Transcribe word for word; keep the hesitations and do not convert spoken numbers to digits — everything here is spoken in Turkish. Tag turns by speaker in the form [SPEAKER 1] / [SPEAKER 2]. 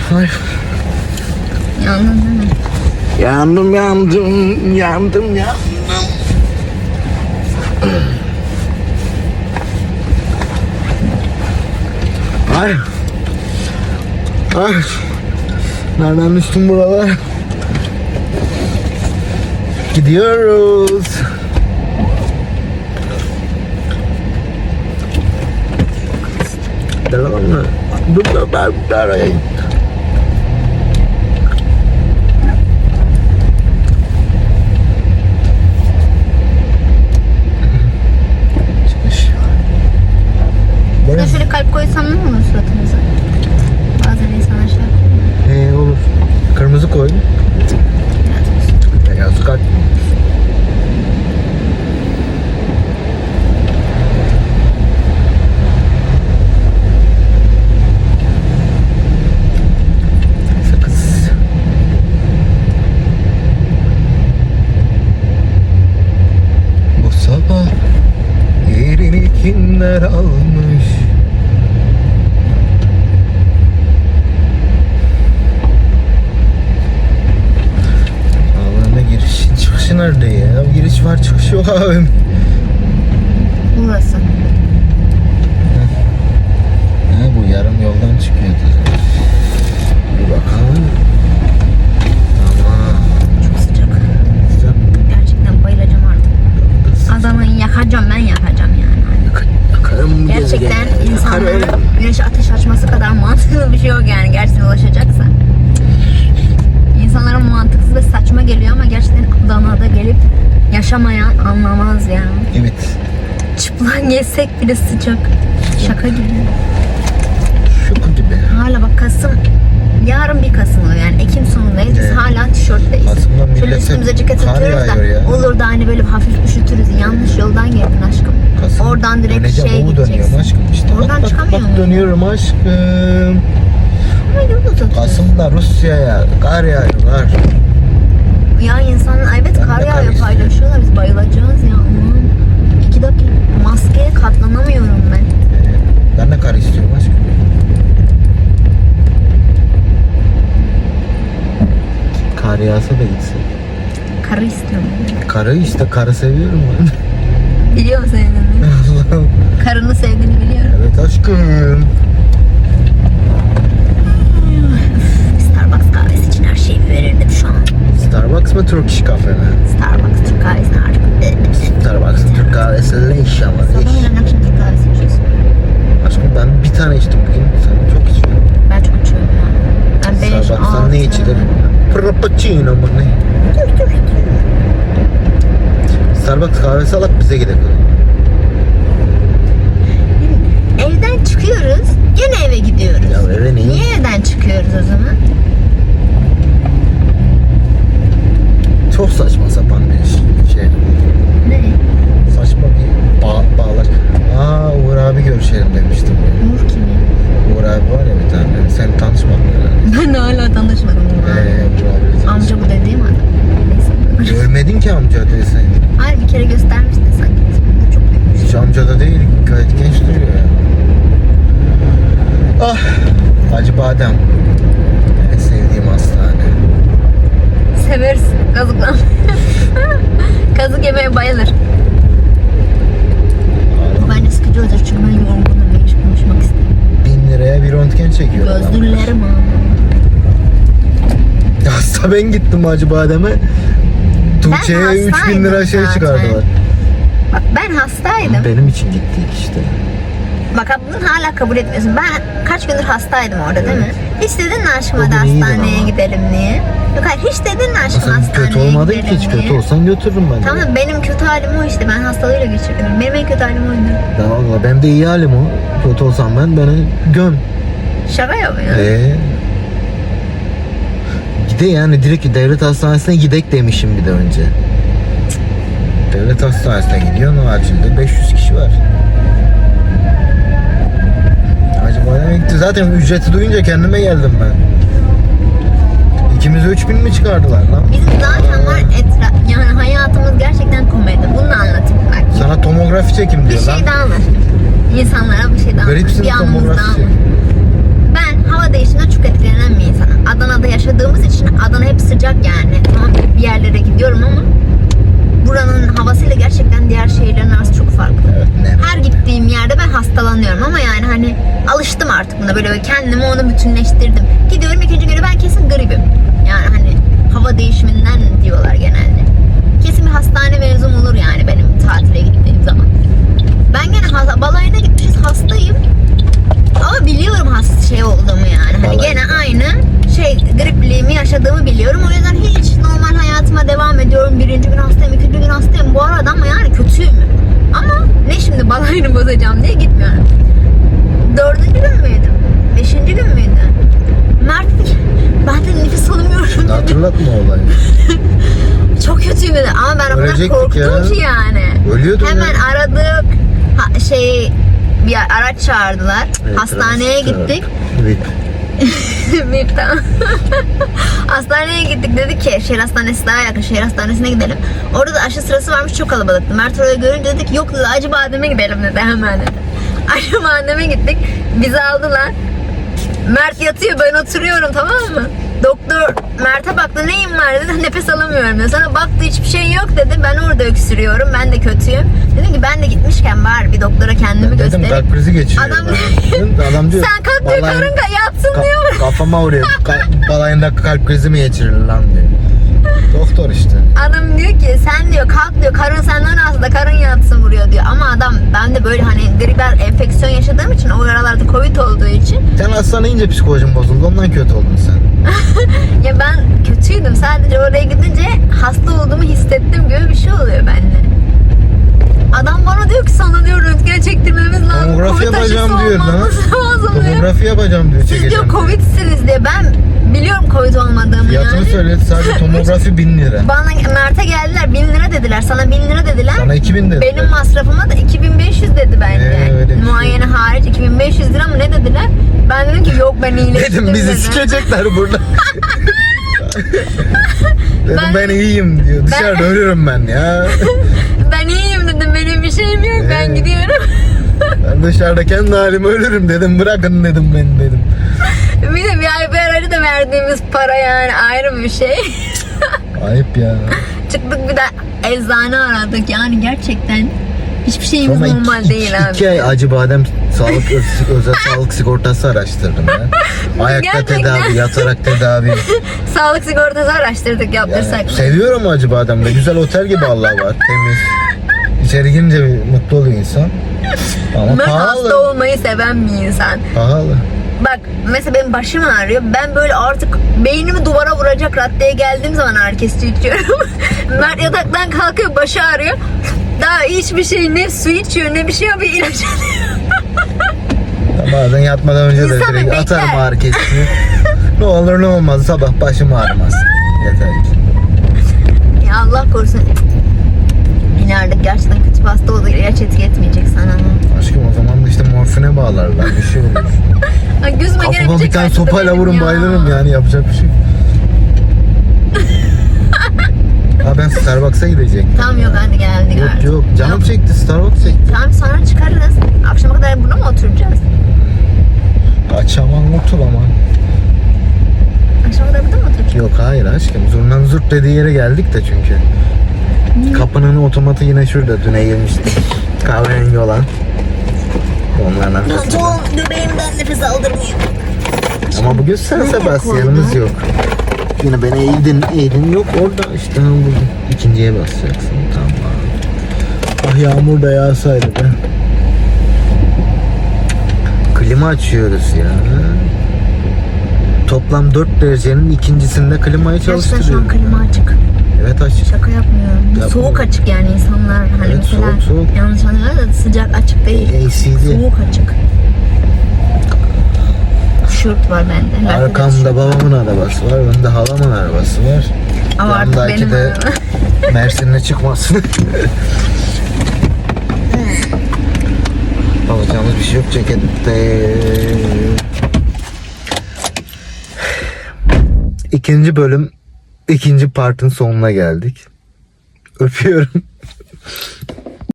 [SPEAKER 1] Ay.
[SPEAKER 2] Yandın değil mi?
[SPEAKER 1] Yandım yandım yandım yandım. Ay. Ay. Nereden düştüm buralara? Gidiyoruz. Devam mı? Dur dur ben arayayım. Çıkış.
[SPEAKER 2] Ben şöyle kalp koysam ne olur suratımıza? Bazen insanlar şey yapıyor.
[SPEAKER 1] Ee, olur. Kırmızı koy. Beyaz kalp. Sakız. Bu sabah yerini kimler almış? Girişin çıkışı nerede ya? Giriş var çıkış yok abim.
[SPEAKER 2] Burası.
[SPEAKER 1] Ha, bu yarım yoldan çıkıyordu. Bir bakalım. Tamam.
[SPEAKER 2] Çok sıcak.
[SPEAKER 1] Sıcak.
[SPEAKER 2] Gerçekten bayılacağım artık. Adamı yakacağım, ben yakacağım yani.
[SPEAKER 1] Yakarım
[SPEAKER 2] Gerçekten
[SPEAKER 1] gezegeni.
[SPEAKER 2] insanların
[SPEAKER 1] Yakarım.
[SPEAKER 2] güneşe ateş açması kadar mantıklı bir şey yok yani gerçekten ulaşacaksa. İnsanlara mantıksız ve saçma geliyor ama gerçekten Adana'da gelip yaşamayan anlamaz ya.
[SPEAKER 1] Evet.
[SPEAKER 2] Çıplak gezsek bile sıcak. Şaka gibi.
[SPEAKER 1] Şoku gibi.
[SPEAKER 2] Hala bak Kasım, yarın bir Kasım oluyor yani Ekim sonundayız. Biz
[SPEAKER 1] Evet.
[SPEAKER 2] hala tişörtteyiz.
[SPEAKER 1] Kasım'da
[SPEAKER 2] Şöyle
[SPEAKER 1] millete
[SPEAKER 2] üstümüze ceket
[SPEAKER 1] kar
[SPEAKER 2] atıyoruz da
[SPEAKER 1] yağıyor ya.
[SPEAKER 2] olur da hani böyle hafif üşütürüz. Yanlış yoldan geldin aşkım.
[SPEAKER 1] Kasım.
[SPEAKER 2] Oradan direkt
[SPEAKER 1] Döneceğim,
[SPEAKER 2] şeye
[SPEAKER 1] Doğu
[SPEAKER 2] gideceksin.
[SPEAKER 1] dönüyorum aşkım işte.
[SPEAKER 2] Oradan
[SPEAKER 1] bak, bak,
[SPEAKER 2] çıkamıyor
[SPEAKER 1] bak,
[SPEAKER 2] musun?
[SPEAKER 1] dönüyorum aşkım.
[SPEAKER 2] Ama yol uzatıyoruz.
[SPEAKER 1] Kasım'da Rusya'ya kar yağıyor kar.
[SPEAKER 2] Ya insanın evet
[SPEAKER 1] Ben
[SPEAKER 2] kar
[SPEAKER 1] de kar
[SPEAKER 2] yağıyor
[SPEAKER 1] istiyorum.
[SPEAKER 2] paylaşıyorlar biz bayılacağız ya. Aman. İki dakika maskeye katlanamıyorum ben.
[SPEAKER 1] Ben de kar istiyorum aşkım. Kar yağsa da gitsin.
[SPEAKER 2] Karı istiyorum.
[SPEAKER 1] Karı işte karı seviyorum ben.
[SPEAKER 2] Biliyor musun sevdiğini?
[SPEAKER 1] Allah'ım.
[SPEAKER 2] Karını sevdiğini biliyorum.
[SPEAKER 1] Evet aşkım.
[SPEAKER 2] Starbucks kahvesi için her şeyi verirdim şu an.
[SPEAKER 1] Starbucks mı Turkish Cafe mi?
[SPEAKER 2] Starbucks Türk kahvesini artık.
[SPEAKER 1] Starbucks'ın Türk kahvesi leş ama leş.
[SPEAKER 2] Sabahın akşam Türk kahvesi içiyorsun.
[SPEAKER 1] Aşkım ben bir tane içtim bugün. Sen çok içiyorsun.
[SPEAKER 2] Ben çok içiyorum ya. Ben beş,
[SPEAKER 1] Starbucks'tan
[SPEAKER 2] altı.
[SPEAKER 1] ne içilir? Frappuccino mu ne? Starbucks kahvesi alıp bize gidelim.
[SPEAKER 2] Evden çıkıyoruz. Gene eve gidiyoruz.
[SPEAKER 1] Ya eve neyi?
[SPEAKER 2] Niye evden çıkıyoruz o zaman?
[SPEAKER 1] Çok saçma sapan bir şey.
[SPEAKER 2] Ne?
[SPEAKER 1] Saçma bir bağ, bağlar. Aa Uğur abi görüşelim demiştim.
[SPEAKER 2] Uğur kimi?
[SPEAKER 1] Uğur abi var ya bir tane. Sen tanışmadın herhalde.
[SPEAKER 2] Ben de hala tanışmadım Uğur abi.
[SPEAKER 1] Eee Uğur abiyle
[SPEAKER 2] Amca
[SPEAKER 1] tanışmadın.
[SPEAKER 2] bu dediğim adam. Neyse.
[SPEAKER 1] Görmedin ki amca değilsen.
[SPEAKER 2] Hayır bir kere göstermişti sanki. İsmini de çok büyükmüş.
[SPEAKER 1] Hiç amca da değil. Gayet genç duruyor ya. Ah. Hacı Badem. En sevdiğim hastane.
[SPEAKER 2] Severiz. Kazıklan. Kazık yemeye bayılır. Ben de sıkıcı olacak çünkü ben yorgunum ve hiç konuşmak istemiyorum.
[SPEAKER 1] Bin liraya bir röntgen çekiyor. adam.
[SPEAKER 2] Gözlülerim ama.
[SPEAKER 1] Hasta ben gittim Hacı Badem'e. Tuğçe'ye üç bin
[SPEAKER 2] hastaydım
[SPEAKER 1] lira şey
[SPEAKER 2] zaten.
[SPEAKER 1] çıkardılar.
[SPEAKER 2] Bak ben hastaydım.
[SPEAKER 1] Benim için gittik işte.
[SPEAKER 2] Bak bunu hala kabul etmiyorsun. Ben kaç gündür hastaydım orada değil mi? Hiç dedin mi aşkım
[SPEAKER 1] O
[SPEAKER 2] hadi
[SPEAKER 1] gün iyiydin
[SPEAKER 2] hastaneye
[SPEAKER 1] ama.
[SPEAKER 2] gidelim diye? Yok hayır hiç dedin mi aşkım
[SPEAKER 1] Sen
[SPEAKER 2] hastaneye
[SPEAKER 1] kötü olmadın ki
[SPEAKER 2] gidelim
[SPEAKER 1] hiç
[SPEAKER 2] diye?
[SPEAKER 1] kötü olsan götürürüm ben de.
[SPEAKER 2] Tamam benim kötü halim o işte. Ben hastalığıyla geçirdim. Benim en kötü halim oydu.
[SPEAKER 1] Ya valla benim de iyi halim o. Kötü olsam ben beni göm.
[SPEAKER 2] Şaka yapıyor.
[SPEAKER 1] Eee? Gide yani direkt devlet hastanesine gidek demişim bir de önce. Devlet hastanesine gidiyorsun acilde beş yüz kişi var. Acaba ne gitti? Zaten ücreti duyunca kendime geldim ben. İkimize üç bin mi çıkardılar lan?
[SPEAKER 2] Bizim zaten var etraf, yani hayatımız gerçekten komedi. Bunu da anlatayım bak.
[SPEAKER 1] Sana tomografi çekim
[SPEAKER 2] Bir
[SPEAKER 1] diyor lan.
[SPEAKER 2] şey daha anlat. İnsanlara bir şey daha anlat.
[SPEAKER 1] Garipsin
[SPEAKER 2] Bir anımız
[SPEAKER 1] tomografi
[SPEAKER 2] daha
[SPEAKER 1] çekim.
[SPEAKER 2] anlat. Ben hava değişiminden çok etkilenen bir insan. şehirlere gidiyorum ama buranın havasıyla gerçekten diğer şehirlerin arası çok farklı.
[SPEAKER 1] Evet, nem.
[SPEAKER 2] Her gittiğim yerde ben hastalanıyorum ama yani hani alıştım artık buna, böyle kendimi ona bütünleştirdim. Gidiyorum ikinci günü ben kesin gribim. Yani hani hava değişiminden diyorlar genelde. Kesin bir hastane mevzum olur yani benim tatile gittiğim zaman. Ben gene ha- balayına gitmişiz, hastayım. Ama biliyorum hasta şey olduğumu yani. Hani
[SPEAKER 1] Balayı.
[SPEAKER 2] gene aynı şey gripliğimi yaşadığımı biliyorum. O yüzden hiç normal hayatıma devam ediyorum. Birinci gün hastayım, ikinci gün hastayım. Bu arada ama yani kötüyüm. Ama ne şimdi balayını bozacağım diye gitmiyorum. Dördüncü gün müydü? Beşinci gün müydü? Mert dedi ki, ben de nefes alamıyorum dedi.
[SPEAKER 1] Hatırlatma olayı.
[SPEAKER 2] Çok kötüyüm dedi. Ama ben o kadar
[SPEAKER 1] Ölecektik
[SPEAKER 2] korktum
[SPEAKER 1] ya.
[SPEAKER 2] ki yani.
[SPEAKER 1] Ölüyordun
[SPEAKER 2] Hemen
[SPEAKER 1] ya.
[SPEAKER 2] aradık. Ha, şey bir araç çağırdılar.
[SPEAKER 1] Evet,
[SPEAKER 2] Hastaneye
[SPEAKER 1] evet.
[SPEAKER 2] gittik.
[SPEAKER 1] Evet.
[SPEAKER 2] Bir tamam. Hastaneye gittik, dedik ki şehir hastanesi daha yakın, şehir hastanesine gidelim. Orada da aşı sırası varmış, çok kalabalıktı. Mert orayı görünce dedik yok dedi, Acıbadem'e gidelim dedi, hemen dedi. Acıbadem'e gittik, bizi aldılar. Mert yatıyor, ben oturuyorum, tamam mı? Doktor Mert'e baktı, neyin var dedi, nefes alamıyorum dedi. Sonra baktı hiçbir şey yok dedi, ben orada öksürüyorum, ben de kötüyüm. Dedim ki ben de gitmişken bari bir doktora kendimi
[SPEAKER 1] Dedim
[SPEAKER 2] göstereyim.
[SPEAKER 1] kalp krizi geçiriyor.
[SPEAKER 2] Adam,
[SPEAKER 1] Adam diyor.
[SPEAKER 2] sen kalk diyor,
[SPEAKER 1] "Balayın-
[SPEAKER 2] karın yatsın
[SPEAKER 1] ka-
[SPEAKER 2] diyor.
[SPEAKER 1] Kafama vuruyor. Ka- balayında kalp krizi mi geçirir lan diyor. Doktor işte.
[SPEAKER 2] Adam diyor ki sen diyor kalk diyor, karın senden hasta, karın yatsın vuruyor diyor. Ama adam, ben de böyle hani gribel enfeksiyon yaşadığım için, o aralarda Covid olduğu için
[SPEAKER 1] Sen hastaneye ince psikolojin bozuldu. Ondan kötü oldun sen.
[SPEAKER 2] ya ben kötüydüm, sadece oraya gidince hasta olduğumu hissettim gibi bir şey oluyor bende. Adam bana diyor ki sana diyor röntgen çektirmemiz lazım.
[SPEAKER 1] Tomografi
[SPEAKER 2] Covid aşısı
[SPEAKER 1] yapacağım diyor lan.
[SPEAKER 2] olmamız lazım diyor.
[SPEAKER 1] Tomografi yapacağım diyor.
[SPEAKER 2] Siz diyor
[SPEAKER 1] Çekeceğim.
[SPEAKER 2] Covid'siniz diye. Ben biliyorum Covid olmadığımı
[SPEAKER 1] Fiyatını
[SPEAKER 2] yani.
[SPEAKER 1] söyledi, sadece tomografi bin lira.
[SPEAKER 2] Bana Mert'e geldiler, bin lira dediler, sana bin lira dediler.
[SPEAKER 1] Sana iki bin dediler.
[SPEAKER 2] Benim masrafıma da iki bin beş yüz dedi bence.
[SPEAKER 1] Ee, öyle bir şey.
[SPEAKER 2] Muayene hariç iki bin beş yüz lira mı ne dediler? Ben dedim ki yok ben iyileştim
[SPEAKER 1] Dedim bizi
[SPEAKER 2] dedim.
[SPEAKER 1] sikecekler burada. Dedim ben,
[SPEAKER 2] Ben-
[SPEAKER 1] iyiyim diyor. Dışarıda ölürüm ben ya.
[SPEAKER 2] Ben iyiyim dedim, benim bir şeyim yok, ben
[SPEAKER 1] Ee.
[SPEAKER 2] gidiyorum.
[SPEAKER 1] Ben dışarıda kendi halime ölürüm dedim. Bırakın dedim beni dedim.
[SPEAKER 2] Bir de V I P aracı da verdiğimiz para yani ayrı bir şey.
[SPEAKER 1] Ayıp ya.
[SPEAKER 2] Çıktık bir de eczane aradık, yani gerçekten hiçbir şeyimiz
[SPEAKER 1] Sonra
[SPEAKER 2] normal
[SPEAKER 1] iki,
[SPEAKER 2] değil
[SPEAKER 1] iki,
[SPEAKER 2] abi.
[SPEAKER 1] iki ay Acıbadem sağlık özel, özel sağlık sigortası araştırdım ya. Ayakta
[SPEAKER 2] Gerçekten.
[SPEAKER 1] tedavi, yatarak tedavi.
[SPEAKER 2] Sağlık sigortası araştırdık, yaptırsak.
[SPEAKER 1] Yani seviyorum Acıbadem'de. Güzel otel gibi Allah var. Temiz. İçeri girince bir mutlu oluyor insan. Ama
[SPEAKER 2] Ben
[SPEAKER 1] pahalı.
[SPEAKER 2] hasta olmayı seven bir insan.
[SPEAKER 1] Pahalı.
[SPEAKER 2] Bak mesela benim başım ağrıyor. Ben böyle artık beynimi duvara vuracak raddeye geldiğim zaman ağrı kesici içiyorum. Mert yataktan kalkıyor, başı ağrıyor. Daha hiçbir şey, ne su içiyor ne bir şey yapıyor, ilaç alıyor.
[SPEAKER 1] Bazen yatmadan önce de
[SPEAKER 2] İnsan
[SPEAKER 1] direkt
[SPEAKER 2] bir
[SPEAKER 1] atarım
[SPEAKER 2] bekler.
[SPEAKER 1] ağrı kesici. Ne olur ne olmaz sabah başım ağrımaz. Yeter ki.
[SPEAKER 2] Ya Allah korusun. İleride gerçekten kötü bir hasta olur. İlaç etki etmeyecek sana.
[SPEAKER 1] Aşkım o zaman da işte morfine bağlarlar. Bir şey olur.
[SPEAKER 2] Ha, gözüme
[SPEAKER 1] Kafama
[SPEAKER 2] gelebilecek
[SPEAKER 1] bir tane
[SPEAKER 2] hasta
[SPEAKER 1] sopayla
[SPEAKER 2] benim
[SPEAKER 1] vurun
[SPEAKER 2] ya.
[SPEAKER 1] bayılırım yani yapacak bir şey yok. Ha ben Starbucks'a gidecektim.
[SPEAKER 2] Tamam yok hadi geldik
[SPEAKER 1] Yok
[SPEAKER 2] artık.
[SPEAKER 1] yok canım çekti Starbucks çekti.
[SPEAKER 2] Tamam sonra çıkarırız. Akşama kadar buna mı oturacağız?
[SPEAKER 1] Açaman mutlu ama.
[SPEAKER 2] Akşama kadar burada mı oturacağız?
[SPEAKER 1] Yok hayır aşkım. Zurnanın zurt dediği yere geldik de çünkü. Kapının otomatı yine şurada. Düne girmişti. Kahverengi olan. Onların arkasında.
[SPEAKER 2] Çoğun göbeğimden nefes aldırmıyor.
[SPEAKER 1] Ama bugün San
[SPEAKER 2] Nereye
[SPEAKER 1] Sebastian'ımız
[SPEAKER 2] koydun?
[SPEAKER 1] yok. Yine beni eğdin, eğdin yok orada işte ha burada. İkinciye basacaksın tamam. Ah yağmur da yağsaydı be. Klima açıyoruz ya. Toplam dört derecenin ikincisinde klimayı
[SPEAKER 2] Gerçekten şu an
[SPEAKER 1] çalıştırıyoruz.
[SPEAKER 2] klima açık.
[SPEAKER 1] Evet açık.
[SPEAKER 2] Şaka yapmıyorum.
[SPEAKER 1] Yapmıyorum.
[SPEAKER 2] Soğuk açık yani insanlar hani
[SPEAKER 1] Evet,
[SPEAKER 2] mesela
[SPEAKER 1] soğuk, soğuk.
[SPEAKER 2] yanlış anlıyorlar da sıcak açık değil.
[SPEAKER 1] A C'li.
[SPEAKER 2] Soğuk açık. Şort var bende. Bende de
[SPEAKER 1] Arkamda
[SPEAKER 2] tişört var.
[SPEAKER 1] babamın arabası var, önde halamın arabası var.
[SPEAKER 2] Ama artık
[SPEAKER 1] Yandaki
[SPEAKER 2] benim
[SPEAKER 1] de
[SPEAKER 2] arabam.
[SPEAKER 1] Mersin'e çıkmasın. Alacağımız bir şey yok cekette. İkinci bölüm, ikinci partın sonuna geldik. Öpüyorum.